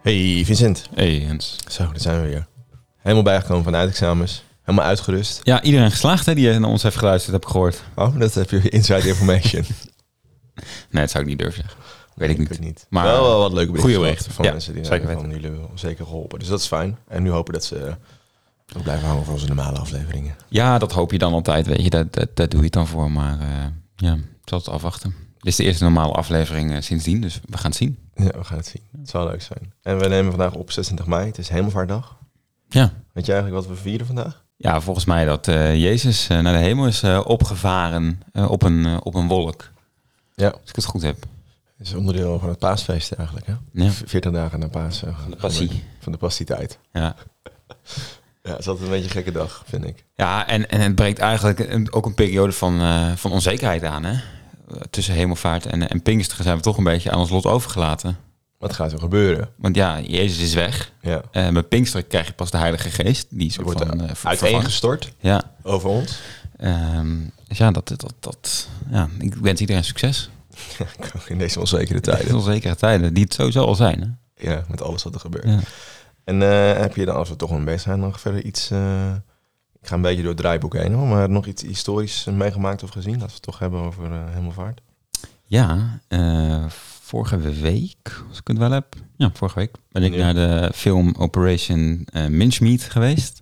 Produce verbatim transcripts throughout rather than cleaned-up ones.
Hey Vincent. Hey Jens. Zo, daar zijn we weer. Helemaal bijgekomen van uitexamens. Helemaal uitgerust. Ja, iedereen geslaagd hè, die naar ons heeft geluisterd, heb ik gehoord. Oh, dat heb je inside information. Nee, dat zou ik niet durven zeggen. Weet ik Nee, niet. niet. Maar wel, wel wat leuke berichten goede berichten van ja, mensen die zeker van jullie zeker geholpen. Dus dat is fijn. En nu hopen dat ze ook blijven hangen voor onze normale afleveringen. Ja, dat hoop je dan altijd, weet je. Dat, dat, dat doe je het dan voor. Maar uh, ja, ik zal het afwachten. Dit is de eerste normale aflevering uh, sindsdien, dus we gaan het zien. Ja, we gaan het zien. Het zal leuk zijn. En we nemen vandaag op zesentwintig mei. Het is Hemelvaartdag. Ja. Weet je eigenlijk wat we vieren vandaag? Ja, volgens mij dat uh, Jezus uh, naar de hemel is uh, opgevaren uh, op, een, uh, op een wolk. Ja. Als ik het goed heb. Het is onderdeel van het paasfeest eigenlijk, hè? Ja. veertig dagen na Pasen. Van de passie. Van de passietijd. Ja. Ja, het is altijd een beetje een gekke dag, vind ik. Ja, en, en het breekt eigenlijk een, ook een periode van, uh, van onzekerheid aan, hè? Tussen hemelvaart en, en Pinksteren zijn we toch een beetje aan ons lot overgelaten. Wat gaat er gebeuren? Want ja, Jezus is weg. Ja. Uh, met Pinksteren krijg je pas de Heilige Geest. Die, Die wordt van, uh, uiteengestort ja. over ons. Um, dus ja, dat, dat, dat, ja, ik wens iedereen succes. In deze onzekere tijden. In onzekere tijden, die het sowieso al zijn. Hè? Ja, met alles wat er gebeurt. Ja. En uh, heb je dan, als we toch een bezig zijn, nog verder iets... Uh, ik ga een beetje door het draaiboek heen, hoor, maar nog iets historisch meegemaakt of gezien? Dat we het toch hebben over uh, Hemelvaart. Ja, uh, vorige week, als ik het wel heb. Ja, vorige week ben ik ja. naar de film Operation uh, Mincemeat geweest.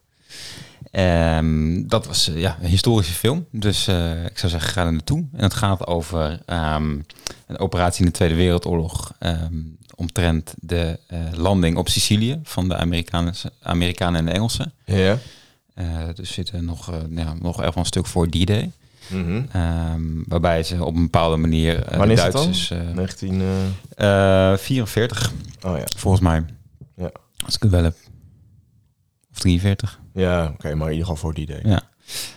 Um, dat was uh, ja, een historische film, dus uh, ik zou zeggen, ga er naartoe. En het gaat over um, een operatie in de Tweede Wereldoorlog... Um, omtrent de uh, landing op Sicilië van de Amerikanen, Amerikanen en de Engelsen. Ja. Uh, dus zitten nog, uh, ja, nog even een stuk voor D-Day. Mm-hmm. Um, waarbij ze op een bepaalde manier uh, Wanneer de is Duitsers... het dan? Uh, negentien vierenveertig. Oh ja. Volgens mij. Ja. Als ik het wel heb. Of drieënveertig. Ja, oké, okay, maar in ieder geval voor D-Day. Ja.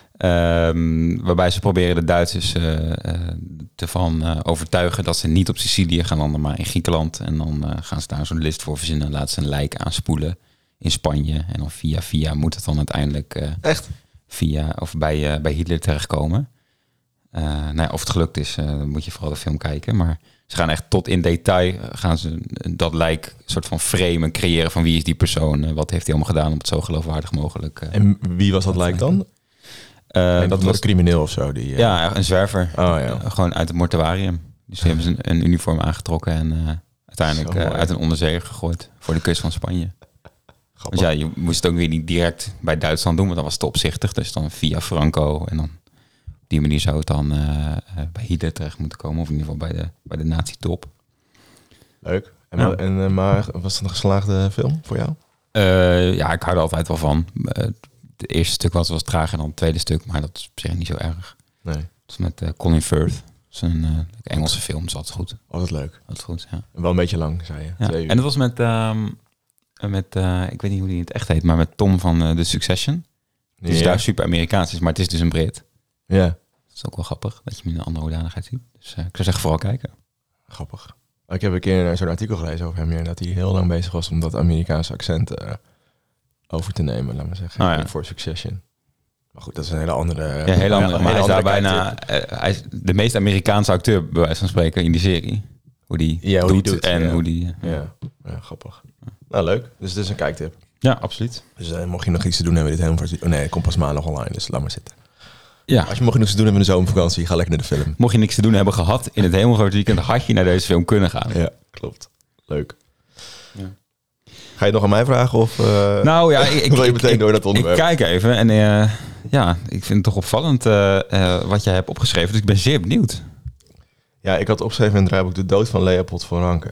Um, waarbij ze proberen de Duitsers uh, uh, ervan uh, overtuigen dat ze niet op Sicilië gaan landen, maar in Griekenland. En dan uh, gaan ze daar zo'n list voor verzinnen. Laten ze een lijk aanspoelen in Spanje. En dan via via moet het dan uiteindelijk uh, echt via of bij, uh, bij Hitler terechtkomen. Uh, nou ja, of het gelukt is, uh, dan moet je vooral de film kijken. Maar ze gaan echt tot in detail uh, gaan ze dat lijk een soort van framen, creëren van wie is die persoon. Uh, wat heeft hij allemaal gedaan om het zo geloofwaardig mogelijk. Uh, en wie was dat lijk dan? Uh, dat, dat was een crimineel of zo? Die, uh... Ja, een zwerver. Oh, ja. Uh, gewoon uit het mortuarium. Dus die hebben ze een, een uniform aangetrokken en uh, uiteindelijk uh, uit een onderzeeër gegooid voor de kust van Spanje. Dus ja, je moest het ook weer niet direct bij Duitsland doen, want dat was te opzichtig. Dus dan via Franco en dan op die manier zou het dan uh, uh, bij Hitler terecht moeten komen. Of in ieder geval bij de, bij de nazi-top. Leuk. En, ja. maar, en uh, maar was het een geslaagde film voor jou? Uh, ja, ik hou er altijd wel van. Uh, Het eerste stuk was, was trager dan het tweede stuk, maar dat is op zich niet zo erg. Nee. Het is met uh, Colin Firth. Dat is een uh, Engelse film, is altijd goed. Altijd leuk. Altijd goed, ja. En wel een beetje lang, zei je. Ja. Twee uur. En dat was met, um, met uh, ik weet niet hoe die in het echt heet, maar met Tom van uh, The Succession. Die is ja. daar super Amerikaans is, maar het is dus een Brit. Ja. Dat is ook wel grappig, dat je hem in een andere hoedanigheid ziet. Dus uh, ik zou zeggen, vooral kijken. Grappig. Ik heb een keer zo'n artikel gelezen over hem, ja, dat hij heel lang bezig was om dat Amerikaanse accent uh, over te nemen, laat maar zeggen, oh, ja. voor Succession. Maar goed, dat is een hele andere... Ja, heel andere. Maar hij is daar bijna... Uh, hij is de meest Amerikaanse acteur, bij wijze van spreken, in die serie. Hoe die ja, hoe doet, die doet en ja. hoe die... Ja. Ja. ja, grappig. Ja. Nou, leuk. Dus dit is een kijktip. Ja, absoluut. Dus uh, mocht je nog iets te doen hebben, dit helemaal... Oh nee, het komt pas maandag online, dus laat maar zitten. Ja. Als je mocht je niks te doen hebben in de zomervakantie, ga lekker naar de film. Mocht je niks te doen hebben gehad in het Hemelvaartweekend, had je naar deze film kunnen gaan. Ja, klopt. Leuk. Ja. Ga je het nog aan mij vragen of uh, nou, ja, ik, wil je ik, meteen ik, door dat onderwerp? Ik kijk even en uh, ja, ik vind het toch opvallend uh, uh, wat jij hebt opgeschreven. Dus ik ben zeer benieuwd. Ja, ik had opgeschreven in het draaiboek de dood van Leopold van Ranke.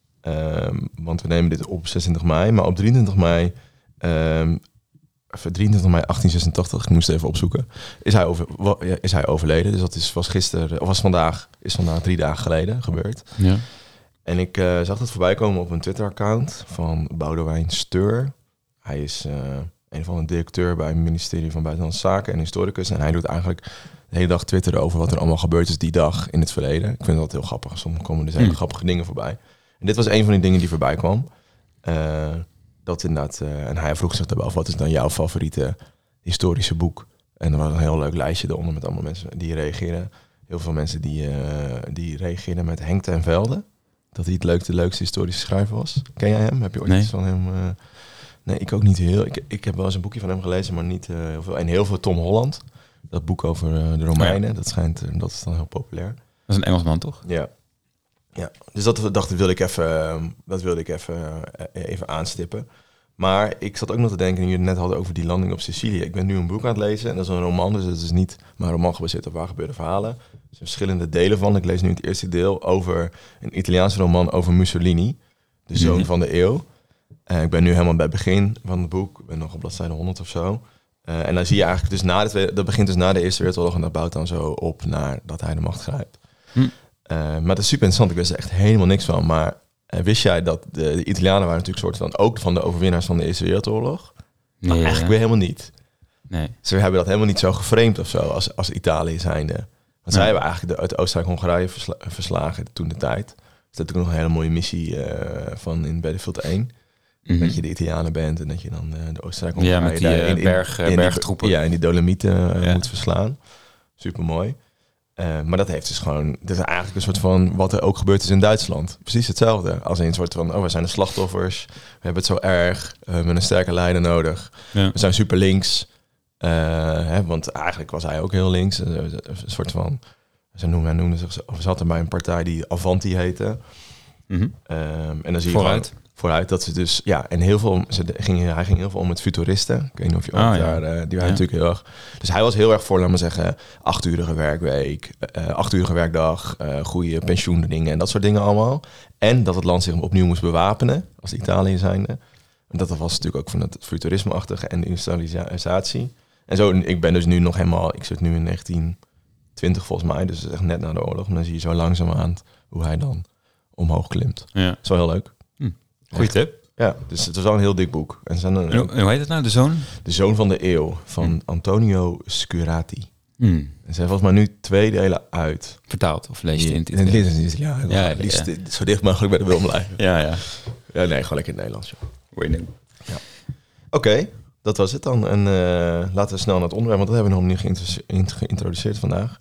Um, want we nemen dit op zesentwintig mei, maar op drieëntwintig mei... Um, drieëntwintig mei achttien zesentachtig, ik moest even opzoeken, is hij, over, is hij overleden. Dus dat is, was gisteren, of was vandaag, is vandaag drie dagen geleden gebeurd. Ja. En ik uh, zag het voorbij komen op een Twitter-account van Boudewijn Steur. Hij is uh, een van de directeur bij het ministerie van Buitenlandse Zaken en historicus. En hij doet eigenlijk de hele dag twitteren over wat er allemaal gebeurd is die dag in het verleden. Ik vind dat heel grappig. Soms komen dus hele mm. grappige dingen voorbij. En dit was een van die dingen die voorbij kwam. Uh, dat inderdaad, uh, en hij vroeg zich daarbij af, wat is dan jouw favoriete historische boek? En er was een heel leuk lijstje eronder met allemaal mensen die reageren. Heel veel mensen die, uh, die reageren met Henk ten Velde. dat hij het leuk, de leukste historische schrijver was. Ken jij hem? Heb je ooit Nee. iets van hem? Uh... Nee, ik ook niet heel. Ik, ik heb wel eens een boekje van hem gelezen, maar niet uh, heel veel. En heel veel Tom Holland. Dat boek over uh, de Romeinen. Ja. Dat schijnt, uh, dat is dan heel populair. Dat is een Engelsman, toch? Ja. Ja. Dus dat dacht ik, wilde ik even, uh, dat wilde ik even, uh, even aanstippen. Maar ik zat ook nog te denken, nu je het net hadden over die landing op Sicilië. Ik ben nu een boek aan het lezen en dat is een roman, dus het is niet maar een roman gebaseerd op waar gebeurde verhalen. Er zijn verschillende delen van. Ik lees nu het eerste deel over een Italiaanse roman over Mussolini, de zoon mm-hmm. van de eeuw. Uh, ik ben nu helemaal bij het begin van het boek. Ik ben nog op bladzijde honderd of zo. Uh, en dan zie je eigenlijk dus na de tweede, dat begint dus na de Eerste Wereldoorlog en dat bouwt dan zo op naar dat hij de macht grijpt. Hm. Uh, maar het is super interessant. Ik wist er echt helemaal niks van. Maar uh, wist jij dat de, de Italianen waren natuurlijk soort van ook van de overwinnaars van de Eerste Wereldoorlog? Nee, maar eigenlijk weer helemaal niet. Nee. Ze hebben dat helemaal niet zo geframed of zo als, als Italië zijnde. Want nee. zij hebben eigenlijk de, uit Oostenrijk-Hongarije versla, verslagen toen de tijd. Dus dat is ook nog een hele mooie missie uh, van in Battlefield één. Mm-hmm. Dat je de Italianen bent en dat je dan uh, de Oostenrijk ja, met die uh, in, in, berg, in, in bergtroepen. Die, ja, in die Dolomieten uh, ja. moet verslaan. Super mooi. Uh, maar dat heeft dus gewoon... Dat is eigenlijk een soort van wat er ook gebeurd is in Duitsland. Precies hetzelfde. Als een soort van... Oh, we zijn de slachtoffers. We hebben het zo erg. We hebben een sterke leider nodig. Ja. We zijn super links. Uh, hè, want eigenlijk was hij ook heel links. Een, een soort van... Ze noemden, noemden zich... Of zat er bij een partij die Avanti heette. Mm-hmm. Um, en dan zie je Vooruit. Gewoon, vooruit dat ze dus... Ja, en heel veel... Ze ging, hij ging heel veel om met futuristen. Ik weet niet of je ook oh, daar... Ja. Uh, die waren ja. natuurlijk heel erg... Dus hij was heel erg voor, laten we zeggen... achtuurige werkweek, uh, achtuurige werkdag... Uh, goede pensioendingen en dat soort dingen allemaal. En dat het land zich opnieuw moest bewapenen... als Italië zijnde. En dat was natuurlijk ook van het futurisme-achtige... en de industrialisatie. En zo, ik ben dus nu nog helemaal... Ik zit nu in negentien twintig volgens mij... dus dat is echt net na de oorlog. En dan zie je zo langzaamaan hoe hij dan omhoog klimt. Ja. Dat is wel heel leuk. Hm. Goeie tip. Ja, dus het was wel een heel dik boek. En, zijn een, en hoe heet het nou, De Zoon? De Zoon van de Eeuw, van hm. Antonio Scurati. Hm. En ze zijn volgens mij nu twee delen uit. Vertaald of lees je in het Italiaans? Ja, ja, ja, liefst ja. zo dicht mogelijk bij de wil blijven. ja, ja. Ja, nee, gewoon lekker in het Nederlands. Joh. Ja. Oké, okay, dat was het dan. En uh, laten we snel naar het onderwerp, want dat hebben we nog niet geïntroduceerd vandaag.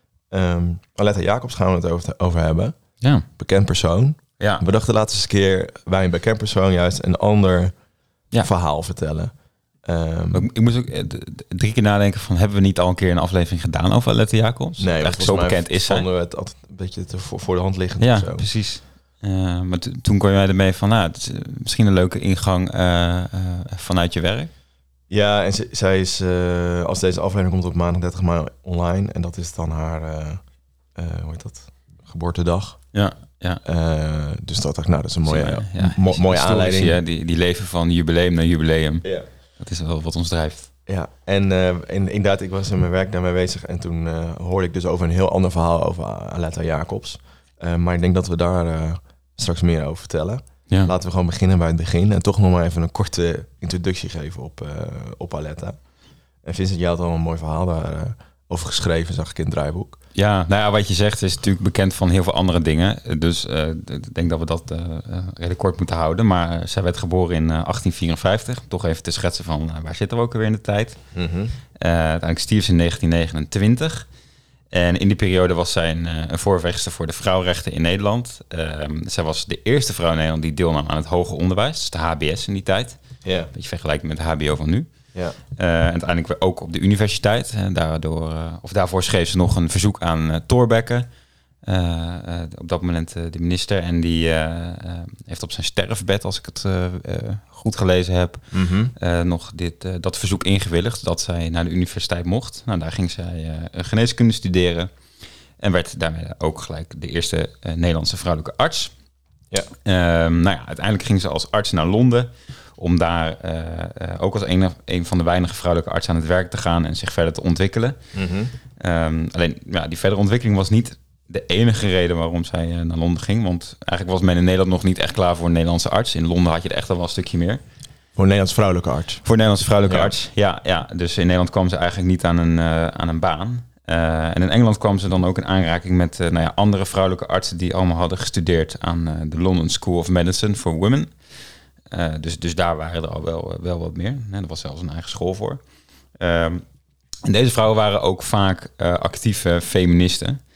Um, Aletta Jacobs gaan we het over, over hebben. Ja. Bekend persoon. Ja. We dachten laatst eens een keer bij een bekend persoon juist een ander ja. verhaal vertellen. Um, ik, ik moest ook drie keer nadenken van... hebben we niet al een keer een aflevering gedaan over Aletta Jacobs? Nee, eigenlijk zo bekend is zij. Vonden we het altijd een beetje te voor, voor de hand liggend. Ja, of zo. precies. Uh, maar t- toen kwam jij ermee van... nou, het is misschien een leuke ingang uh, uh, vanuit je werk. Ja, en z- zij is... Uh, als deze aflevering komt op maandag dertig mei online... en dat is dan haar... Uh, uh, hoe heet dat? Geboortedag. Ja. Ja. Uh, dus dat dacht ik, nou, dat is een mooie, ja, ja. Mo- mooie aanleiding. Ja, die, die leven van jubileum naar jubileum. Ja. Dat is wel wat ons drijft. Ja, en uh, inderdaad, ik was in mijn werk daarmee bezig... en toen uh, hoorde ik dus over een heel ander verhaal over Aletta Jacobs. Uh, maar ik denk dat we daar uh, straks meer over vertellen. Ja. Laten we gewoon beginnen bij het begin... en toch nog maar even een korte introductie geven op, uh, op Aletta. En Vincent, jij had al een mooi verhaal daar... Uh, over geschreven, zag ik in het draaiboek. Ja, nou ja, wat je zegt is natuurlijk bekend van heel veel andere dingen. Dus uh, ik denk dat we dat uh, redelijk kort moeten houden. Maar uh, zij werd geboren in uh, achttien vierenvijftig. Toch even te schetsen van uh, waar zitten we ook alweer in de tijd. Mm-hmm. Uh, uiteindelijk stierf ze in negentien negenentwintig. En in die periode was zij een, een voorvechter voor de vrouwenrechten in Nederland. Uh, zij was de eerste vrouw in Nederland die deelnam aan het hoger onderwijs. Dus de H B S in die tijd. Yeah. Beetje vergelijkbaar met de H B O van nu. Ja. Uh, en uiteindelijk ook op de universiteit. En daardoor, uh, of daarvoor schreef ze nog een verzoek aan uh, Thorbecke. Uh, uh, op dat moment uh, de minister. En die uh, uh, heeft op zijn sterfbed, als ik het uh, uh, goed gelezen heb... Mm-hmm. Uh, nog dit, uh, dat verzoek ingewilligd dat zij naar de universiteit mocht. Nou, daar ging zij uh, geneeskunde studeren. En werd daarmee ook gelijk de eerste uh, Nederlandse vrouwelijke arts. Ja. Uh, nou ja, uiteindelijk ging ze als arts naar Londen... om daar uh, uh, ook als een, een van de weinige vrouwelijke artsen aan het werk te gaan... en zich verder te ontwikkelen. Mm-hmm. Um, alleen, ja, die verdere ontwikkeling was niet de enige reden waarom zij uh, naar Londen ging. Want eigenlijk was men in Nederland nog niet echt klaar voor een Nederlandse arts. In Londen had je er echt al wel een stukje meer. Voor een Nederlandse vrouwelijke arts? Voor een Nederlandse vrouwelijke ja. arts, ja, ja. Dus in Nederland kwam ze eigenlijk niet aan een, uh, aan een baan. Uh, en in Engeland kwam ze dan ook in aanraking met uh, nou ja, andere vrouwelijke artsen... die allemaal hadden gestudeerd aan uh, de London School of Medicine for Women... Uh, dus, dus daar waren er al wel, wel wat meer. Er was zelfs een eigen school voor. Um, en deze vrouwen waren ook vaak uh, actieve feministen.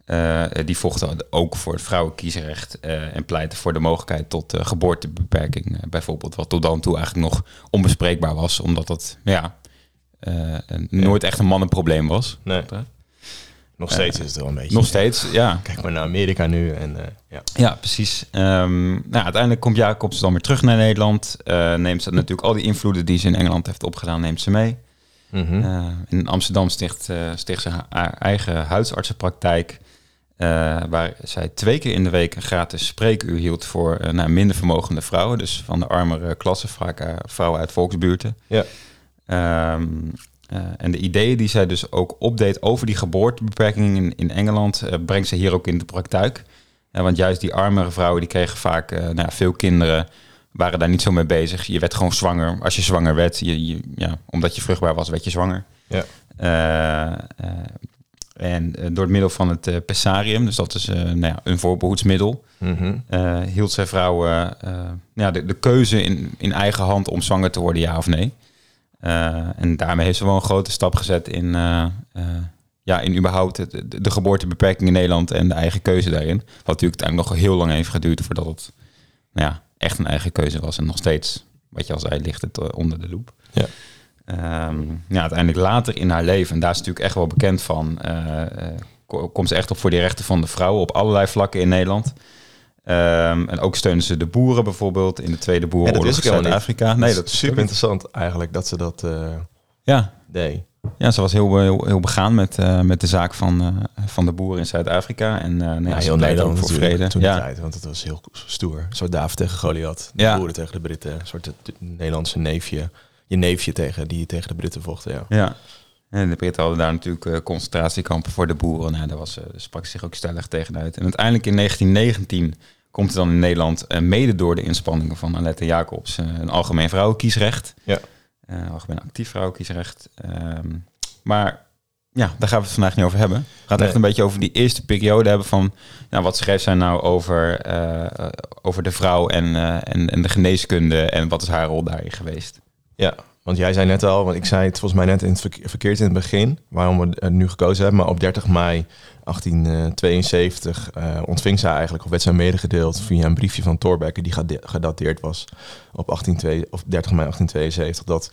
Uh, die vochten ook voor het vrouwenkiesrecht uh, en pleiten voor de mogelijkheid tot uh, geboortebeperking, uh, bijvoorbeeld. Wat tot dan toe eigenlijk nog onbespreekbaar was, omdat dat ja, uh, nooit echt een mannenprobleem was. Nee. Nog steeds uh, is het wel een beetje. Nog steeds, ja. Kijk maar naar Amerika nu. En, uh, ja. ja, precies. Um, nou, uiteindelijk komt Jacobs dan weer terug naar Nederland. Uh, neemt ze natuurlijk al die invloeden die ze in Engeland heeft opgedaan, neemt ze mee. Mm-hmm. Uh, in Amsterdam sticht, uh, sticht ze haar eigen huisartsenpraktijk. Uh, waar zij twee keer in de week een gratis spreekuur hield voor uh, nou, minder vermogende vrouwen. Dus van de armere klasse, vaak uh, vrouwen uit volksbuurten. Ja. Um, uh, en de ideeën die zij dus ook opdeed over die geboortebeperkingen in, in Engeland, uh, brengt ze hier ook in de praktijk. Uh, want juist die armere vrouwen die kregen vaak uh, nou ja, veel kinderen, waren daar niet zo mee bezig. Je werd gewoon zwanger. Als je zwanger werd, je, je, ja, omdat je vruchtbaar was, werd je zwanger. Ja. Uh, uh, En uh, door het middel van het uh, pessarium, dus dat is uh, nou ja, een voorbehoedsmiddel, mm-hmm. uh, hield zij vrouwen uh, ja, de, de keuze in, in eigen hand om zwanger te worden, ja of nee. Uh, en daarmee heeft ze wel een grote stap gezet in, uh, uh, ja, in überhaupt het, de, de geboortebeperking in Nederland en de eigen keuze daarin. Wat natuurlijk uiteindelijk nog heel lang heeft geduurd voordat het nou ja, echt een eigen keuze was. En nog steeds, wat je al zei, ligt het uh, onder de loep. Ja. Um, ja, uiteindelijk later in haar leven, en daar is ze natuurlijk echt wel bekend van, uh, uh, komt ze echt op voor die rechten van de vrouwen op allerlei vlakken in Nederland. Um, en ook steunen ze de boeren bijvoorbeeld in de Tweede Boerenoorlog in Zuid-Afrika. Nee, dat is super interessant eigenlijk dat ze dat uh, ja. deed. Ja, ze was heel, heel, heel begaan met, uh, met de zaak van, uh, van de boeren in Zuid-Afrika. En uh, nou ja, ja, heel Nederland voor vrede. Toen ja. die tijd, want het was heel stoer. Een soort David tegen Goliath. De ja. boeren tegen de Britten. Een soort Nederlandse neefje. Je neefje tegen die tegen de Britten vochten, ja. Ja. En de Britten hadden daar natuurlijk uh, concentratiekampen voor de boeren. Nou, daar was, uh, sprak zich ook stellig tegenuit. En uiteindelijk in negentien negentien komt er dan in Nederland, uh, mede door de inspanningen van Aletta Jacobs, uh, een algemeen vrouwenkiesrecht. Ja. Uh, algemeen actief vrouwenkiesrecht. Um, maar ja, daar gaan we het vandaag niet over hebben. We gaan het nee. echt een beetje over die eerste periode hebben van, nou, wat schreef zij nou over, uh, over de vrouw en, uh, en, en de geneeskunde en wat is haar rol daarin geweest? Ja, want jij zei net al, want ik zei het volgens mij net in het verkeer, verkeerd in het begin, waarom we het nu gekozen hebben, maar op dertig mei achttien tweeënzeventig uh, ontving zij eigenlijk, of werd zij medegedeeld via een briefje van Thorbecke die gedateerd was op achttien twee, of dertig mei achttien tweeënzeventig, dat,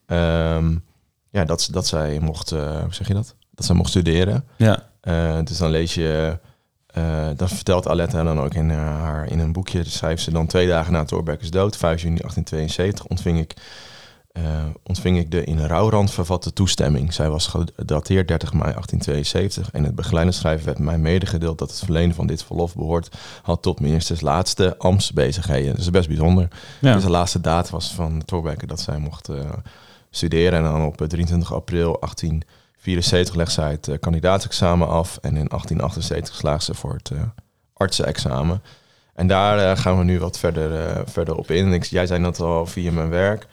um, ja, dat, dat zij mocht, uh, hoe zeg je dat? Dat zij mocht studeren. Ja. Uh, dus dan lees je, uh, dat vertelt Aletta dan ook in haar in een boekje, dus schrijft ze dan twee dagen na Thorbecke's dood, vijf juni achttien tweeënzeventig, ontving ik Uh, ontving ik de in rouwrand vervatte toestemming. Zij was gedateerd dertig mei achttien tweeënzeventig en het begeleidingsschrijven werd mij medegedeeld dat het verlenen van dit verlof behoort had tot ministers laatste ambtsbezigheden. Dat is best bijzonder. Ja. Dus de laatste daad was van Thorbecke dat zij mocht uh, studeren en dan op drieëntwintig april achttien vierenzeventig legde zij het uh, kandidaatsexamen af en in achttien achtenzeventig slaagde ze voor het uh, artsenexamen. En daar uh, gaan we nu wat verder, uh, verder op in. En ik, jij zei dat al via mijn werk.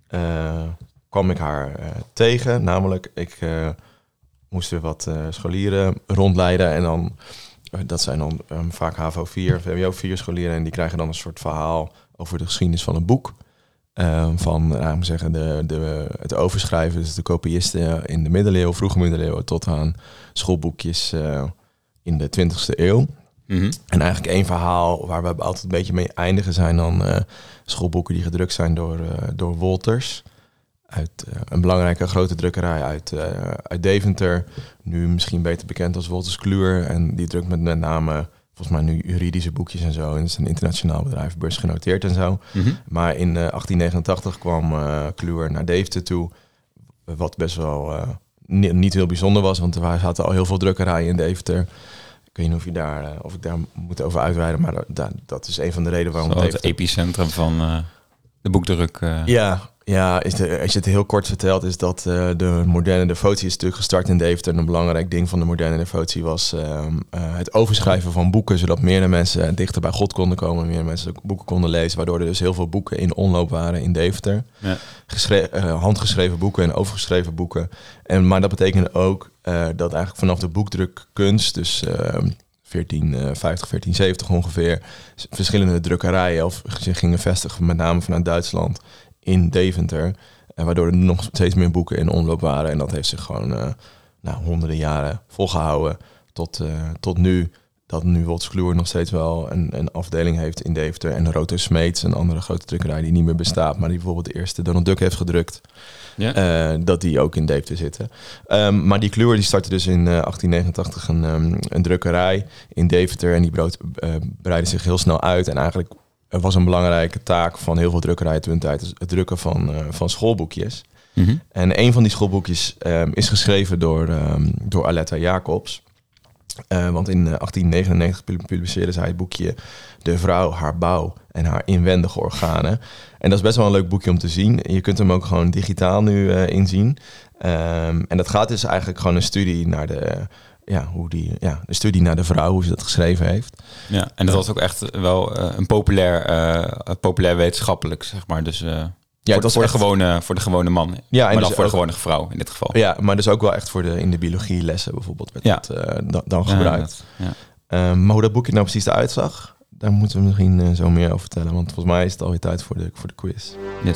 Uh, kwam ik haar uh, tegen. Namelijk, ik uh, moest weer wat uh, scholieren rondleiden. En dan, uh, dat zijn dan um, vaak H A V O vier, V W O vier scholieren. En die krijgen dan een soort verhaal over de geschiedenis van een boek. Uh, van, uh, moet zeggen, de, de, het overschrijven, dus de kopiisten in de middeleeuwen, vroege middeleeuwen, tot aan schoolboekjes uh, in de twintigste eeuw. Mm-hmm. En eigenlijk één verhaal waar we altijd een beetje mee eindigen zijn dan uh, schoolboeken die gedrukt zijn door, uh, door Wolters. Uit uh, een belangrijke grote drukkerij uit, uh, uit Deventer. Nu misschien beter bekend als Wolters Kluwer. En die drukt met met name volgens mij nu juridische boekjes en zo. En het is een internationaal bedrijf, beursgenoteerd en zo. Mm-hmm. Maar in uh, achttien negenentachtig kwam uh, Kluwer naar Deventer toe. Wat best wel uh, niet, niet heel bijzonder was, want er zaten al heel veel drukkerijen in Deventer. Ik weet niet of, je daar, uh, of ik daar moet over uitweiden, maar dat, dat is een van de redenen waarom... Zo het, het epicentrum van uh, de boekdruk. Uh. Ja, ja is de, als je het heel kort vertelt, is dat uh, de moderne devotie is natuurlijk gestart in Deventer. En een belangrijk ding van de moderne devotie was uh, uh, het overschrijven van boeken, zodat meer mensen dichter bij God konden komen, meer mensen boeken konden lezen, waardoor er dus heel veel boeken in omloop waren in Deventer. Ja. Geschre- uh, handgeschreven boeken en overgeschreven boeken. En, maar dat betekende ook uh, dat eigenlijk vanaf de boekdrukkunst, dus uh, veertien vijftig, veertien zeventig ongeveer, verschillende drukkerijen of zich gingen vestigen, met name vanuit Duitsland, in Deventer. En waardoor er nog steeds meer boeken in omloop waren. En dat heeft zich gewoon uh, nou, honderden jaren volgehouden. tot, uh, tot nu. Dat nu Wolters-Kluwer nog steeds wel een, een afdeling heeft in Deventer. En Roto Smeets, een andere grote drukkerij die niet meer bestaat. Maar die bijvoorbeeld de eerste Donald Duck heeft gedrukt. Ja. Uh, dat die ook in Deventer zitten. Um, maar die Kluwer die startte dus in uh, achttien negenentachtig een, um, een drukkerij in Deventer. En die brood, uh, breidde zich heel snel uit. En eigenlijk uh, was een belangrijke taak van heel veel drukkerijen toen tijd het drukken van, uh, van schoolboekjes. Mm-hmm. En een van die schoolboekjes um, is geschreven door, um, door Aletta Jacobs. Uh, want in uh, achttien negenennegentig publiceerde zij het boekje De Vrouw, haar bouw en haar inwendige organen. En dat is best wel een leuk boekje om te zien. Je kunt hem ook gewoon digitaal nu uh, inzien. Um, en dat gaat dus eigenlijk gewoon een studie naar de, ja, hoe die, ja, een studie naar de vrouw, hoe ze dat geschreven heeft. Ja, en dat was ook echt wel uh, een populair, uh, populair wetenschappelijk, zeg maar. Dus uh, ja, voor, voor, echt... de gewone, voor de gewone man. Ja, maar dan dus voor ook... de gewone vrouw in dit geval. Ja, maar dus ook wel echt voor de in de biologielessen bijvoorbeeld werd ja. dat uh, dan, dan gebruikt. Ja, dat, ja. Um, maar hoe dat boekje nou precies eruit zag, daar moeten we misschien uh, zo meer over vertellen. Want volgens mij is het alweer tijd voor de, voor de quiz. Yes.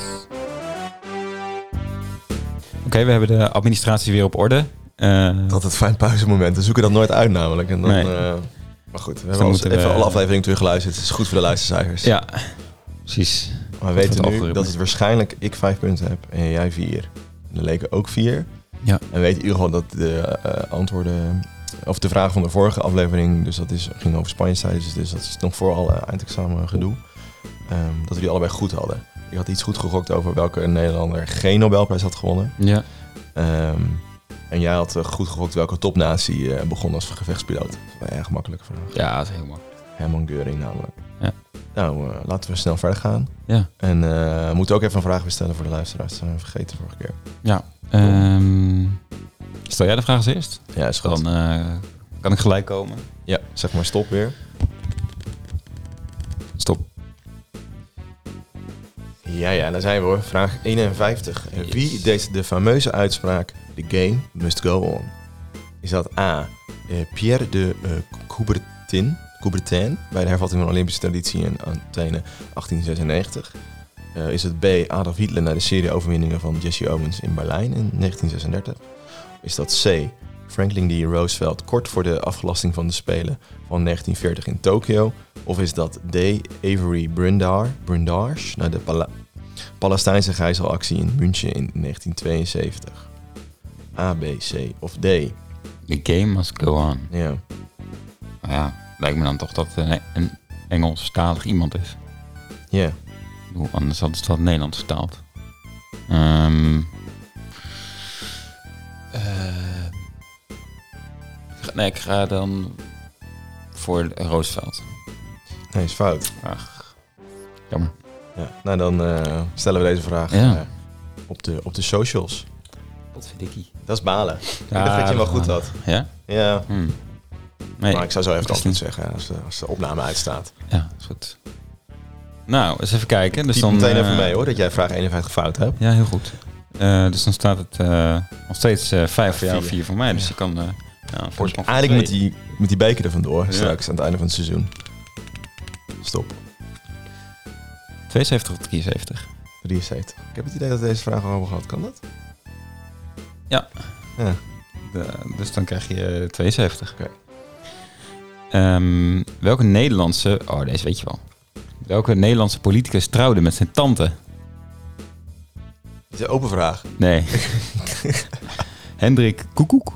Oké, okay, we hebben de administratie weer op orde. Uh, dat het fijn pauzemoment. We zoeken dat nooit uit namelijk. En dan, nee. uh, maar goed, we dus hebben ons even we... alle afleveringen teruggeluisterd. Het is goed voor de luistercijfers. Ja, precies. Maar we weten nu dat het waarschijnlijk ik vijf punten heb en jij vier. En de leken ook vier. Ja. En we weten in ieder geval dat de uh, antwoorden... Of de vraag van de vorige aflevering, dus dat is, ging over Spanje-cijfers, dus dat is nog voor alle eindexamen gedoe. Um, dat we die allebei goed hadden. Ik had iets goed gegokt over welke Nederlander geen Nobelprijs had gewonnen. Ja. Um, en jij had goed gegokt welke topnatie uh, begon als gevechtspiloot. Dat was een erg makkelijke vraag. Ja, dat is heel makkelijk. Herman Göring namelijk. Ja. Nou, uh, laten we snel verder gaan. Ja. En uh, we moeten ook even een vraag weer stellen voor de luisteraars. Dat zijn we vergeten vorige keer. Ja. Um, stel jij de vraag als eerst? Ja, is goed. Dan uh, kan ik gelijk komen. Ja, zeg maar stop weer. Stop. Ja, ja, daar zijn we hoor. Vraag eenenvijftig. Yes. Wie deed de fameuze uitspraak The game must go on? Is dat A. Uh, Pierre de uh, Coubertin, Coubertin bij de hervatting van de Olympische traditie in Athene achttien zesennegentig? Uh, is het B. Adolf Hitler na de serie overwinningen van Jesse Owens in Berlijn in negentien zesendertig? Is dat C. Franklin D. Roosevelt kort voor de afgelasting van de Spelen van negentien veertig in Tokio? Of is dat D. Avery Brundage, Brundage na de Pala- Palestijnse gijzelactie in München in negentien tweeënzeventig? A, B, C of D? The game must go on. Ja. Nou ja, lijkt me dan toch dat het een Engelstalig iemand is. Ja. Yeah. Anders had het wel Nederlands vertaald. Um, uh, nee, ik ga dan voor Roosevelt. Nee, is fout. Ach, jammer. Ja, nou, dan uh, stellen we deze vraag ja. uh, op, de, op de socials. Wat vind ik? Dat is balen. Ja, ik dacht dat je wel goed had. Ja? Ja. Hmm. Nee, maar ik zou zo even antwoord zeggen als de, als de opname uitstaat. Ja, is goed. Nou, eens even kijken. Dus Typ dan meteen uh, even mee hoor, dat jij vraag eenenvijftig fout hebt. Ja, heel goed. Uh, dus dan staat het uh, nog steeds uh, vijf voor jou, vier voor mij. Dus ja. je kan... Uh, ja, eigenlijk met die, met die beker er vandoor, ja. straks aan het einde van het seizoen. Stop. tweeënzeventig of drieënzeventig? drieënzeventig. Ik heb het idee dat deze vraag al hebben gehad. Kan dat? Ja. ja. De, dus dan krijg je tweeënzeventig. Oké. Okay. Um, welke Nederlandse... Oh, deze weet je wel. Welke Nederlandse politicus trouwde met zijn tante? Is een open vraag. Nee. Hendrik Koekoek.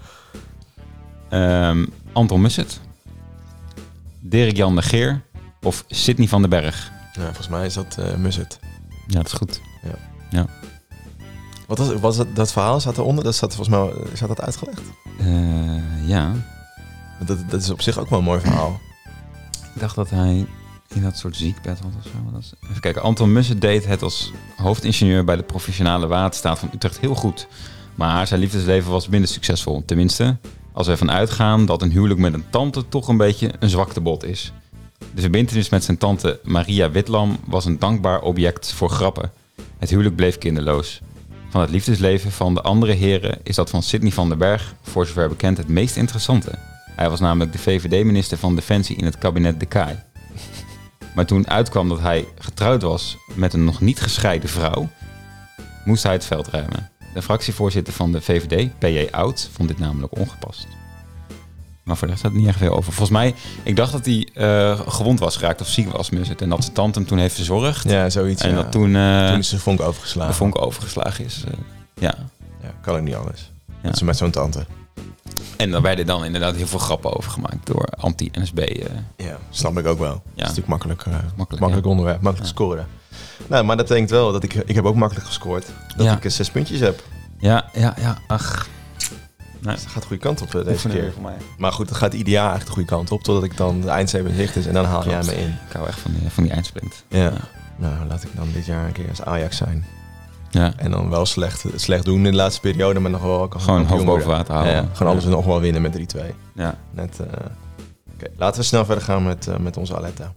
Um, Anton Musset. Dirk-Jan de Geer. Of Sidney van den Berg. Ja, volgens mij is dat uh, Musset. Ja, dat is goed. Ja. ja. Wat was, was het, dat verhaal zat eronder? Dat zat volgens mij, zat dat uitgelegd? Uh, ja. Dat, dat is op zich ook wel een mooi verhaal. Ik dacht dat hij in dat soort ziekbed had of zo. Dat is... Even kijken. Anton Musset deed het als hoofdingenieur bij de Provinciale Waterstaat van Utrecht heel goed. Maar zijn liefdesleven was minder succesvol. Tenminste, als we ervan uitgaan dat een huwelijk met een tante toch een beetje een zwaktebod is. De verbintenis met zijn tante Maria Witlam was een dankbaar object voor grappen. Het huwelijk bleef kinderloos. Van het liefdesleven van de andere heren is dat van Sidney van den Berg, voor zover bekend, het meest interessante. Hij was namelijk de V V D-minister van Defensie in het kabinet De Kaai. Maar toen uitkwam dat hij getrouwd was met een nog niet gescheiden vrouw, moest hij het veld ruimen. De fractievoorzitter van de V V D, P J Oud, vond dit namelijk ongepast. Maar voor de rest had het niet echt veel over. Volgens mij, ik dacht dat hij uh, gewond was geraakt of ziek was. En dat zijn tante hem toen heeft verzorgd. Ja, zoiets. En ja. dat toen... Uh, toen is de vonk overgeslagen. De vonk overgeslagen is, uh, ja. Ja, kan ook niet anders. Ja. Dat is met zo'n tante. En daar werden dan inderdaad heel veel grappen over gemaakt door anti-N S B. Uh. Ja, snap ik ook wel. Ja. Dat is natuurlijk makkelijk, uh, makkelijk, makkelijk ja. onderwerp, makkelijk ja. scoren. Nou, maar dat betekent wel dat ik... Ik heb ook makkelijk gescoord. Dat ja. ik uh, zes puntjes heb. Ja, ja, ja. Ach... Nee. Dus dat gaat de goede kant op uh, deze keer. Voor mij. Maar goed, het gaat ieder jaar echt de goede kant op. Totdat ik dan de eindstreep in zicht is en dan haal Klopt. jij me in. Ik hou echt van die, van die eindsprint. Ja. ja. Nou, laat ik dan dit jaar een keer als Ajax zijn. Ja. En dan wel slecht, slecht doen in de laatste periode, maar nog wel... Gewoon hoofd boven water houden. Ja, ja. Gewoon alles ja. nog wel winnen met drie twee. Ja. Net, uh... Oké, okay. Laten we snel verder gaan met, uh, met onze Aletta.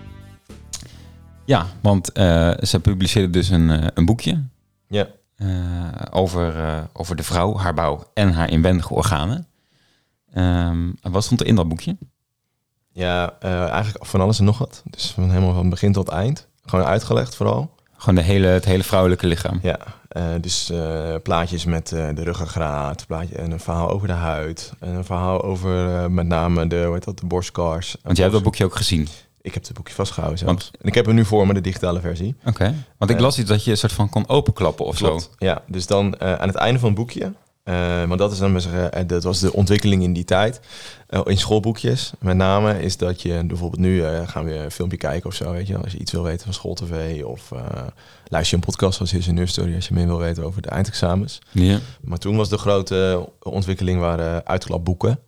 Ja, want uh, ze publiceerde dus een, uh, een boekje. Ja. Uh, over, uh, over de vrouw, haar bouw en haar inwendige organen. Um, wat stond er in dat boekje? Ja, uh, eigenlijk van alles en nog wat. Dus van helemaal van begin tot eind. Gewoon uitgelegd vooral. Gewoon de hele, het hele vrouwelijke lichaam. Ja, uh, dus uh, plaatjes met uh, de ruggengraat, plaatje, en een verhaal over de huid. En een verhaal over uh, met name de, hoe heet dat, de borstkars. Want jij hebt dat boekje ook gezien? Ik heb het boekje vastgehouden zelfs. Want, en ik heb hem nu voor me, de digitale versie. Oké, okay. Want ik las iets dat je een soort van kon openklappen of Klopt. zo. Ja, dus dan uh, aan het einde van het boekje... Uh, want dat is dan zeggen, uh, dat was de ontwikkeling in die tijd. Uh, in schoolboekjes met name is dat je bijvoorbeeld nu uh, gaan we een filmpje kijken of zo, weet je, als je iets wil weten van schooltv of uh, luister je een podcast als His Nurse Story als je meer wil weten over de eindexamens. Ja. Maar toen was de grote ontwikkeling waren uitklapboeken.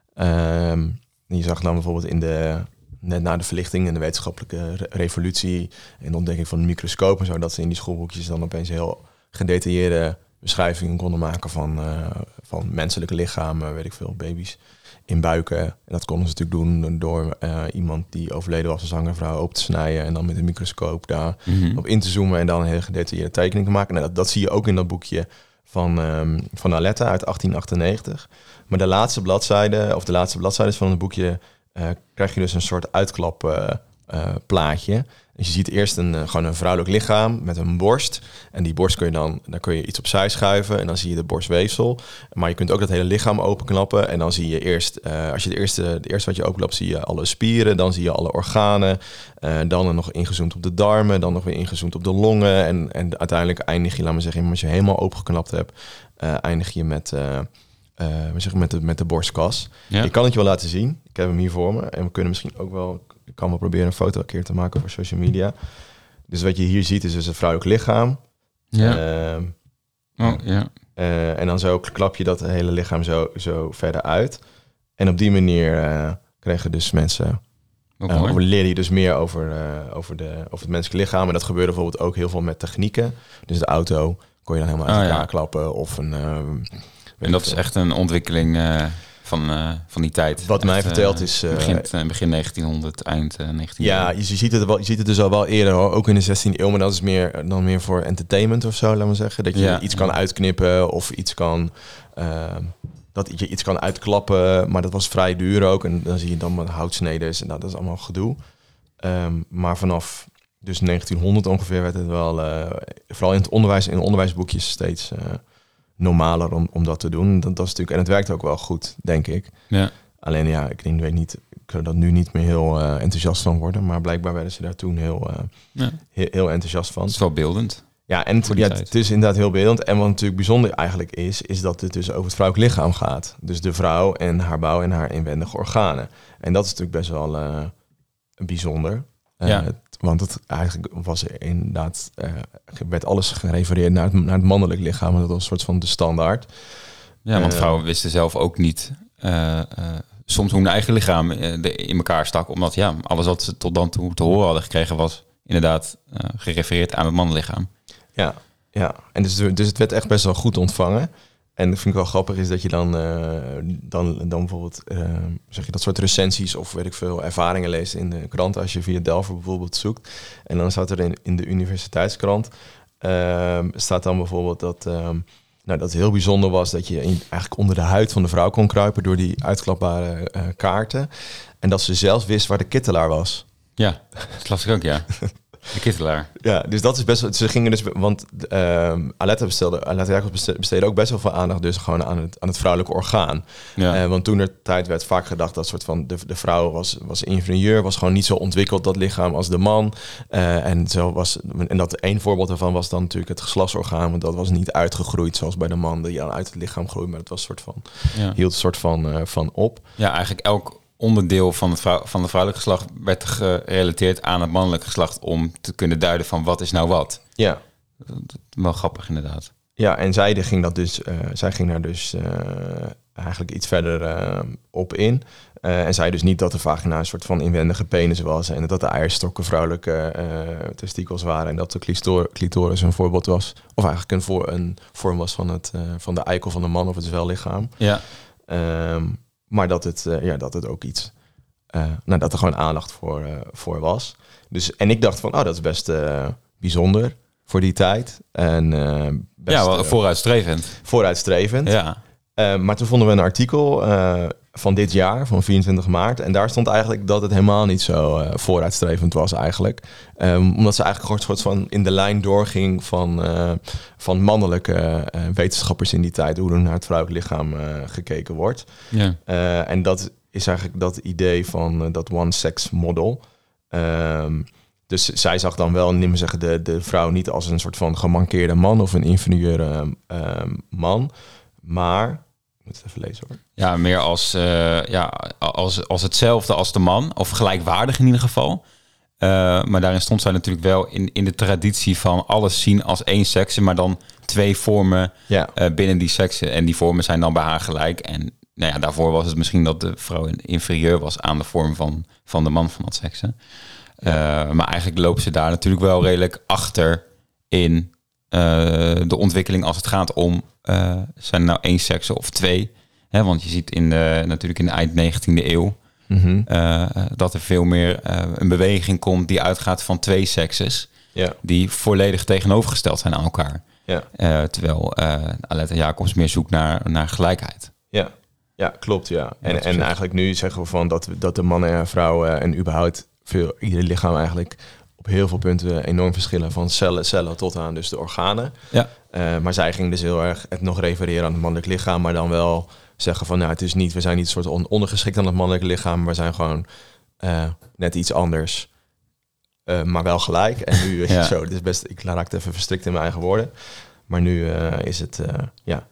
Um, je zag dan bijvoorbeeld in de net na de verlichting en de wetenschappelijke re- revolutie en de ontdekking van de microscoop en zo, dat ze in die schoolboekjes dan opeens heel gedetailleerde beschrijvingen konden maken van, uh, van menselijke lichamen, weet ik veel, baby's in buiken. En dat konden ze natuurlijk doen door uh, iemand die overleden was, een zangervrouw, open te snijden en dan met een microscoop daar mm-hmm. op in te zoomen en dan een hele gedetailleerde tekening te maken. Nou, dat, dat zie je ook in dat boekje van, um, van Aletta uit achttien achtennegentig. Maar de laatste bladzijde, of de laatste bladzijdes van het boekje, uh, krijg je dus een soort uitklap uh, uh, plaatje. Dus je ziet eerst een, uh, gewoon een vrouwelijk lichaam met een borst. En die borst kun je dan, daar kun je iets opzij schuiven en dan zie je de borstweefsel. Maar je kunt ook dat hele lichaam openknappen. En dan zie je eerst, uh, als je het eerste, het eerste wat je openklapt, zie je alle spieren. Dan zie je alle organen. Uh, dan er nog ingezoomd op de darmen. Dan nog weer ingezoomd op de longen. En, en uiteindelijk eindig je, laat maar zeggen, als je helemaal opengeknapt hebt, uh, eindig je met... Uh, Uh, we zeggen met de, met de borstkas. Ja. Ik kan het je wel laten zien. Ik heb hem hier voor me. En we kunnen misschien ook wel... Ik kan wel proberen een foto een keer te maken voor social media. Dus wat je hier ziet is dus een vrouwelijk lichaam. Ja. Uh, oh, ja. Uh, en dan zo klap je dat hele lichaam zo, zo verder uit. En op die manier uh, kregen dus mensen... Uh, over, leer je dus meer over, uh, over, de, over het menselijk lichaam. En dat gebeurde bijvoorbeeld ook heel veel met technieken. Dus de auto kon je dan helemaal uit elkaar oh, ja. klappen. Of een... Uh, En dat is echt een ontwikkeling uh, van, uh, van die tijd. Wat mij echt, verteld uh, is... Uh, begin, uh, begin negentienhonderd, eind uh, negentiende Ja, je, je, ziet het wel, je ziet het dus al wel eerder, hoor. Ook in de zestiende eeuw. Maar dat is meer, dan meer voor entertainment of zo, laat maar zeggen. Dat je ja, iets ja. kan uitknippen of iets kan... Uh, dat je iets kan uitklappen. Maar dat was vrij duur ook. En dan zie je dan met houtsneders. En dat, dat is allemaal gedoe. Um, maar vanaf dus negentienhonderd ongeveer werd het wel... Uh, vooral in het onderwijs, in onderwijsboekjes steeds... Uh, normaler om, om dat te doen. Dat, dat is natuurlijk, en het werkt ook wel goed, denk ik. Ja. Alleen ja, ik denk, weet niet, ik kan dat nu niet meer heel uh, enthousiast van worden. Maar blijkbaar werden ze daar toen heel, uh, ja. heel, heel enthousiast van. Het is wel beeldend. Ja, en t, ja, het is inderdaad heel beeldend. En wat natuurlijk bijzonder eigenlijk is, is dat het dus over het vrouwelijk lichaam gaat. Dus de vrouw en haar bouw en haar inwendige organen. En dat is natuurlijk best wel uh, bijzonder. Uh, ja. Want het eigenlijk was inderdaad, uh, werd alles gerefereerd naar het, naar het mannelijk lichaam. Dat was een soort van de standaard. Ja, want uh, vrouwen wisten zelf ook niet uh, uh, soms hoe hun eigen lichaam in elkaar stak. Omdat ja, alles wat ze tot dan toe te horen hadden gekregen was inderdaad uh, gerefereerd aan het mannenlichaam. Ja, ja. En dus, dus het werd echt best wel goed ontvangen. En dat vind ik wel grappig is dat je dan, uh, dan, dan bijvoorbeeld uh, zeg je dat soort recensies of weet ik veel ervaringen leest in de krant als je via Delver bijvoorbeeld zoekt. En dan staat er in, in de universiteitskrant uh, staat dan bijvoorbeeld dat, uh, nou, dat het heel bijzonder was dat je in, eigenlijk onder de huid van de vrouw kon kruipen door die uitklapbare uh, kaarten. En dat ze zelfs wist waar de kittelaar was. Ja, dat las ik ook, ja. De kittelaar. Ja, dus dat is best wel... Ze gingen dus... Want uh, Aletta bestelde... Aletta Jacobs besteedde ook best wel veel aandacht dus gewoon aan het, aan het vrouwelijke orgaan. Ja. Uh, want toen er tijd werd vaak gedacht dat soort van... De, de vrouw was, was inferieur, was gewoon niet zo ontwikkeld, dat lichaam, als de man. Uh, en, zo was, en dat één voorbeeld daarvan was dan natuurlijk het geslachtsorgaan. Want dat was niet uitgegroeid zoals bij de man, die dan uit het lichaam groeit. Maar het was soort van... Ja. Hield een soort van, uh, van op. Ja, eigenlijk elk... onderdeel van het, vrouw, van het vrouwelijk geslacht werd gerelateerd aan het mannelijk geslacht om te kunnen duiden van wat is nou wat. Ja. Dat, dat, wel grappig inderdaad. Ja, en zij ging dat dus, uh, zij ging daar dus uh, eigenlijk iets verder uh, op in. Uh, en zei dus niet dat de vagina een soort van inwendige penis was en dat de eierstokken vrouwelijke uh, testikels waren en dat de clitor- clitoris een voorbeeld was, of eigenlijk een, voor, een vorm was van, het, uh, van de eikel van de man of het zwellichaam. Ja. Um, Maar dat het, uh, ja, dat het ook iets... Uh, nou, dat er gewoon aandacht voor, uh, voor was. Dus, en ik dacht van, oh, dat is best uh, bijzonder voor die tijd. En, uh, best, ja, wel vooruitstrevend. Uh, vooruitstrevend. Ja. Uh, maar toen vonden we een artikel uh, van dit jaar, van vierentwintig maart. En daar stond eigenlijk dat het helemaal niet zo uh, vooruitstrevend was eigenlijk. Um, omdat ze eigenlijk gewoon soort van in de lijn doorging van, uh, van mannelijke uh, wetenschappers in die tijd. Hoe er naar het vrouwelijk lichaam uh, gekeken wordt. Ja. Uh, en dat is eigenlijk dat idee van uh, dat one-sex model. Um, dus zij zag dan wel, niet meer zeggen, de, de vrouw niet als een soort van gemankeerde man of een inferieure uh, man. Maar, ik moet het even lezen hoor. Ja, meer als, uh, ja, als, als hetzelfde als de man, of gelijkwaardig in ieder geval. Uh, maar daarin stond zij natuurlijk wel in, in de traditie van alles zien als één sekse, maar dan twee vormen ja. uh, binnen die seksen. En die vormen zijn dan bij haar gelijk. En nou ja, daarvoor was het misschien dat de vrouw inferieur was aan de vorm van, van de man van dat sekse. Ja. Uh, maar eigenlijk lopen ze daar natuurlijk wel redelijk achter in uh, de ontwikkeling als het gaat om uh, zijn er nou één sekse of twee. Hè, want je ziet in de, natuurlijk in de eind negentiende eeuw mm-hmm. uh, dat er veel meer uh, een beweging komt die uitgaat van twee sekses. Ja. Die volledig tegenovergesteld zijn aan elkaar. Ja. Uh, terwijl uh, Aletta Jacobs meer zoekt naar, naar gelijkheid. Ja. Ja, klopt, ja. En, ja, en eigenlijk nu zeggen we van dat, dat de mannen en vrouwen en überhaupt veel, ieder lichaam eigenlijk op heel veel punten enorm verschillen. Van cellen, cellen tot aan dus de organen. Ja. Uh, maar zij ging dus heel erg het nog refereren aan het mannelijk lichaam, maar dan wel zeggen van nou, het is niet, we zijn niet een soort on, ondergeschikt aan het mannelijk lichaam, maar we zijn gewoon uh, net iets anders. Uh, maar wel gelijk. En nu ja. zo, dit is best, ik raak het even verstrikt in mijn eigen woorden. Maar nu uh, is het, uh, ja.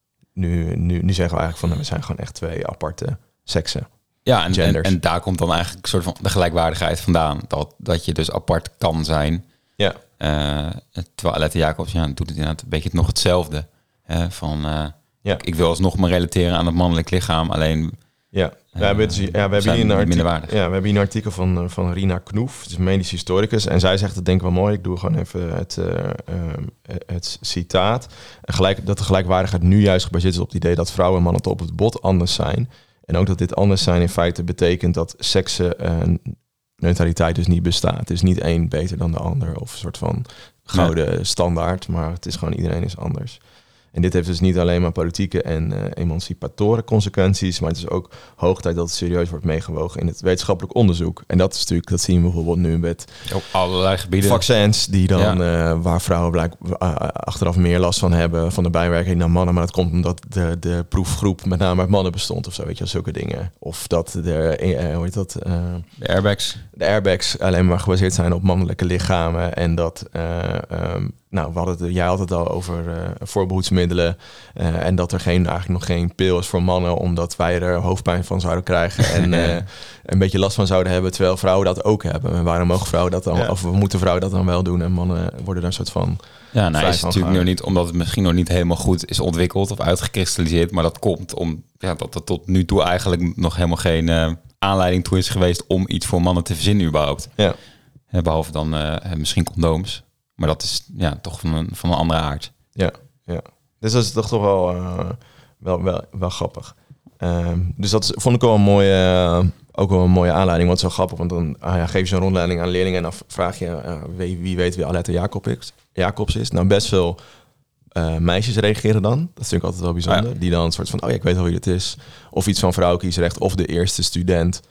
Nu, nu, nu zeggen we eigenlijk van, nou, we zijn gewoon echt twee aparte seksen. Ja, en, en, en daar komt dan eigenlijk een soort van de gelijkwaardigheid vandaan. Dat, dat je dus apart kan zijn. Ja. Uh, terwijl Aletta Jacobs, ja, doet het inderdaad een beetje nog hetzelfde. Hè, van, uh, ja. ik, ik wil alsnog me relateren aan het mannelijk lichaam, alleen... Ja, uh, we hebben, het, ja, we hebben hier een artikel, ja, we hebben hier een artikel van, van Rina Knoef, het is een medisch historicus. En zij zegt, dat denk ik wel mooi, ik doe gewoon even het, uh, uh, het citaat. Gelijk, dat de gelijkwaardigheid nu juist gebaseerd is op het idee dat vrouwen en mannen tot op het bot anders zijn. En ook dat dit anders zijn in feite betekent dat seksen uh, neutraliteit dus niet bestaat. Het is niet één beter dan de ander of een soort van gouden nee. standaard, maar het is gewoon iedereen is anders. En dit heeft dus niet alleen maar politieke en uh, emancipatoren consequenties, maar het is ook hoog tijd dat het serieus wordt meegewogen in het wetenschappelijk onderzoek. En dat is natuurlijk, dat zien we bijvoorbeeld nu met op allerlei gebieden. Vaccins die dan, ja. uh, waar vrouwen blijkbaar uh, achteraf meer last van hebben van de bijwerking dan mannen, maar dat komt omdat de, de proefgroep met name uit mannen bestond of zo, weet je, zulke dingen. Of dat de, uh, hoe heet dat? Uh, de airbags. De airbags alleen maar gebaseerd zijn op mannelijke lichamen en dat, uh, um, nou, we hadden het, jij had het al over uh, voorbehoedsmiddelen uh, en dat er geen, eigenlijk nog geen pil is voor mannen, omdat wij er hoofdpijn van zouden krijgen en uh, een beetje last van zouden hebben, terwijl vrouwen dat ook hebben. En waarom mogen vrouwen dat dan, ja. of moeten vrouwen dat dan wel doen en mannen worden daar een soort van... Ja, nou is het natuurlijk nog niet, omdat het misschien nog niet helemaal goed is ontwikkeld of uitgekristalliseerd, maar dat komt om, ja, dat er tot nu toe eigenlijk nog helemaal geen uh, aanleiding toe is geweest om iets voor mannen te verzinnen überhaupt. Ja. Uh, behalve dan uh, misschien condooms. Maar dat is ja toch van een, van een andere aard. Ja, ja. Dus dat is toch toch wel, uh, wel, wel, wel grappig. Um, dus dat is, vond ik wel een mooie, uh, ook wel een mooie aanleiding. Want het is zo grappig, want dan ah, ja, geef je zo'n rondleiding aan leerlingen en dan vraag je uh, wie, wie weet wie Aletta Jacob is, Jacobs is. Nou, best veel uh, meisjes reageren dan. Dat vind ik altijd wel bijzonder. Ah, ja. Die dan een soort van, oh ja, ik weet al wie het is. Of iets van vrouwenkiesrecht of de eerste student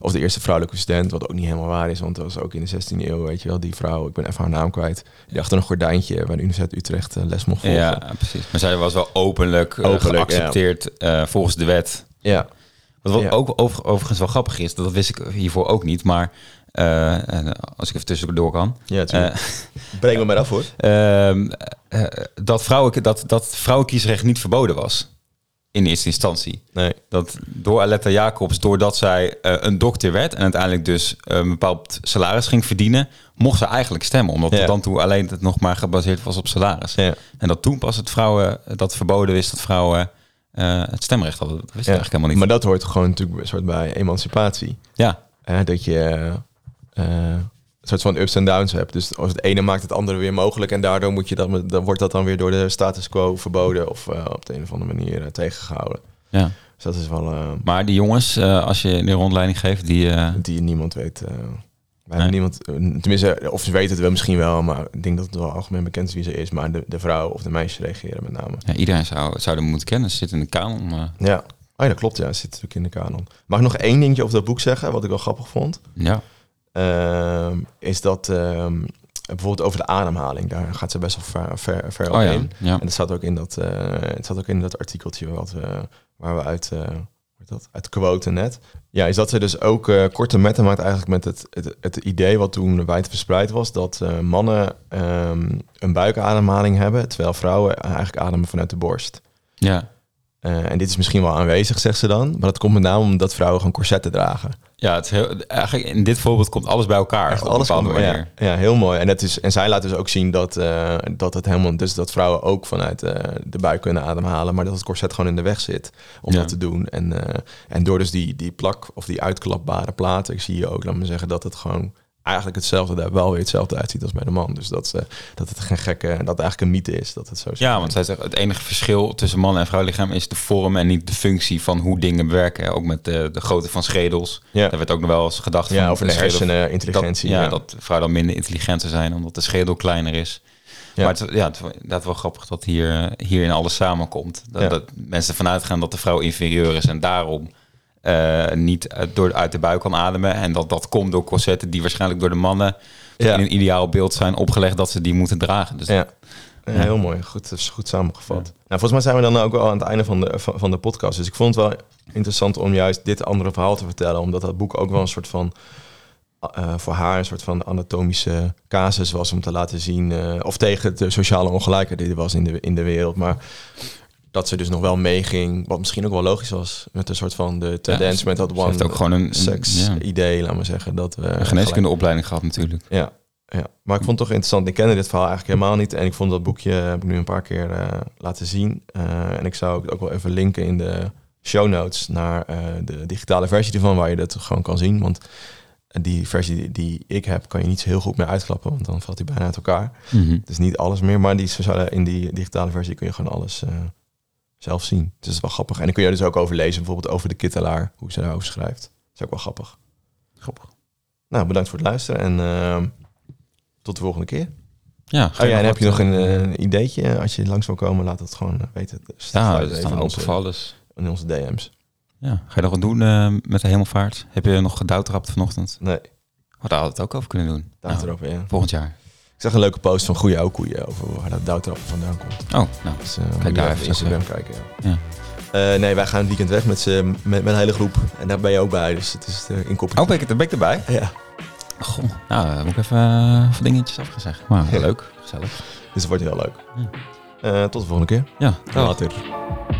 Of de eerste vrouwelijke student, wat ook niet helemaal waar is. Want dat was ook in de zestiende eeuw, weet je wel. Die vrouw, ik ben even haar naam kwijt. Die achter een gordijntje bij de Universiteit Utrecht uh, les mocht volgen. Ja, precies. Maar zij was wel openlijk, uh, openlijk geaccepteerd ja. uh, volgens de wet. Ja. Wat, wat ja. ook over, overigens wel grappig is, dat wist ik hiervoor ook niet. Maar uh, als ik even tussendoor kan. Ja, uh, breng me maar af hoor. Uh, uh, dat, vrouwen, dat, dat vrouwenkiesrecht niet verboden was. In eerste instantie. Nee. Dat door Aletta Jacobs, doordat zij uh, een dokter werd en uiteindelijk dus uh, een bepaald salaris ging verdienen, mocht ze eigenlijk stemmen. Omdat ja. het dan toe alleen het nog maar gebaseerd was op salaris. Ja. En dat toen pas het vrouwen, dat verboden wist dat vrouwen uh, het stemrecht hadden. Dat wist ja. eigenlijk helemaal niet. Maar dat hoort gewoon natuurlijk een soort bij emancipatie. Ja. Uh, dat je uh, een soort van ups en downs hebt. Dus als het ene maakt het andere weer mogelijk en daardoor moet je dat, dan wordt dat dan weer door de status quo verboden of uh, op de een of andere manier uh, tegengehouden. Ja. Dus dat is wel. Uh, maar die jongens, uh, als je de rondleiding geeft, die uh... die niemand weet. Uh, wij nee. niemand, uh, tenminste, of ze weten het wel misschien wel, maar ik denk dat het wel algemeen bekend is wie ze is. Maar de, de vrouw of de meisjes reageren met name. Ja, iedereen zou, zou hem moeten kennen. Ze zit in de kanon. Uh... Ja. Oh ja, dat klopt. Ja, ze zit natuurlijk in de kanon. Mag ik nog één dingetje over dat boek zeggen, wat ik wel grappig vond? Ja. Uh, is dat uh, bijvoorbeeld over de ademhaling, daar gaat ze best wel ver, ver, ver op oh, ja. in. Ja. En dat staat ook in dat, uh, het staat ook in dat artikeltje wat we, waar we uit, uh, wat dat, uit quoten net. Ja, is dat ze dus ook uh, korte metten maakt eigenlijk met het, het, het idee wat toen wijd verspreid was, dat uh, mannen um, een buikademhaling hebben, terwijl vrouwen eigenlijk ademen vanuit de borst. Ja. Uh, en dit is misschien wel aanwezig, zegt ze dan. Maar dat komt met name omdat vrouwen gewoon corsetten dragen. Ja, het is heel, eigenlijk in dit voorbeeld komt alles bij elkaar. Echt alles komt, ja, ja, heel mooi. En, het is, en zij laat dus ook zien dat, uh, dat het helemaal, dus dat vrouwen ook vanuit uh, de buik kunnen ademhalen, maar dat het corset gewoon in de weg zit om ja. dat te doen. En, uh, en door dus die, die plak of die uitklapbare platen, zie je ook, laat me zeggen, dat het gewoon eigenlijk hetzelfde, daar wel weer hetzelfde uitziet als bij de man. Dus dat, uh, dat het geen gekke, dat het eigenlijk een mythe is dat het zo is. Ja, want zij zegt het enige verschil tussen man en vrouwlichaam is de vorm en niet de functie van hoe dingen werken. Ook met de, de grootte van schedels. Ja. Daar werd ook nog wel eens gedacht ja, van over de, de hersenen, intelligentie. Dat, ja, ja, dat vrouwen dan minder intelligent zijn omdat de schedel kleiner is. Ja. Maar het, ja, het is inderdaad wel grappig dat hier, hierin alles samenkomt. Dat, ja. dat mensen vanuit gaan dat de vrouw inferieur is en daarom Uh, niet door, uit de buik kan ademen. En dat dat komt door corsetten die waarschijnlijk door de mannen ja. in een ideaal beeld zijn opgelegd dat ze die moeten dragen. Dus ja. Ja, ja. Heel mooi. Goed, dat is goed samengevat. Ja. Nou, volgens mij zijn we dan ook wel aan het einde van de, van, van de podcast. Dus ik vond het wel interessant om juist dit andere verhaal te vertellen. Omdat dat boek ook wel een soort van Uh, voor haar een soort van anatomische casus was om te laten zien, uh, of tegen de sociale ongelijkheid die er was in de, in de wereld. Maar dat ze dus nog wel meeging, wat misschien ook wel logisch was, met een soort van de tendens ja, met dat one heeft ook gewoon een seks ja. idee, laat maar zeggen. Dat we een geneeskundeopleiding gehad natuurlijk. Ja, ja, maar ik vond het toch interessant. Ik kende dit verhaal eigenlijk helemaal niet en ik vond dat boekje, heb ik nu een paar keer uh, laten zien. Uh, en ik zou ook wel even linken in de show notes naar uh, de digitale versie ervan, waar je dat gewoon kan zien. Want die versie die, die ik heb, kan je niet zo heel goed meer uitklappen, want dan valt hij bijna uit elkaar. Mm-hmm. Dus niet alles meer, maar die, in die digitale versie kun je gewoon alles uh, zelf zien. Dus dat is wel grappig. En dan kun je dus ook over lezen, bijvoorbeeld over de kittelaar, hoe ze daarover schrijft. Dat is ook wel grappig. Grappig. Nou, bedankt voor het luisteren en uh, tot de volgende keer. Ja, oh ja, en heb je nog een, uh, een ideetje? Als je langs wil komen, laat het gewoon uh, weten. Dus ja, dat staan open voor alles. In onze D M's. Ja, ga je nog wat doen uh, met de hemelvaart? Heb je nog gedouwtrapt vanochtend? Nee. Oh, daar had het ook over kunnen doen. Douwtrappen, nou, ja. Volgend jaar. Ik zag een leuke post van Goeie Oude Koeien over waar dat douwtrappen vandaan komt. Oh, nou, dus, uh, kijk daar even Instagram kijken. Ja. Ja. Uh, nee, wij gaan het weekend weg met, z'n, met, met een hele groep. En daar ben je ook bij, dus het is uh, in kopie. Oh, ben ik, ben ik erbij? Ja. Goh, nou, dan moet ik even uh, wat dingetjes afgezegd. Maar ja. Leuk, gezellig. Dus het wordt heel leuk. Ja. Uh, tot de volgende keer. Ja, later.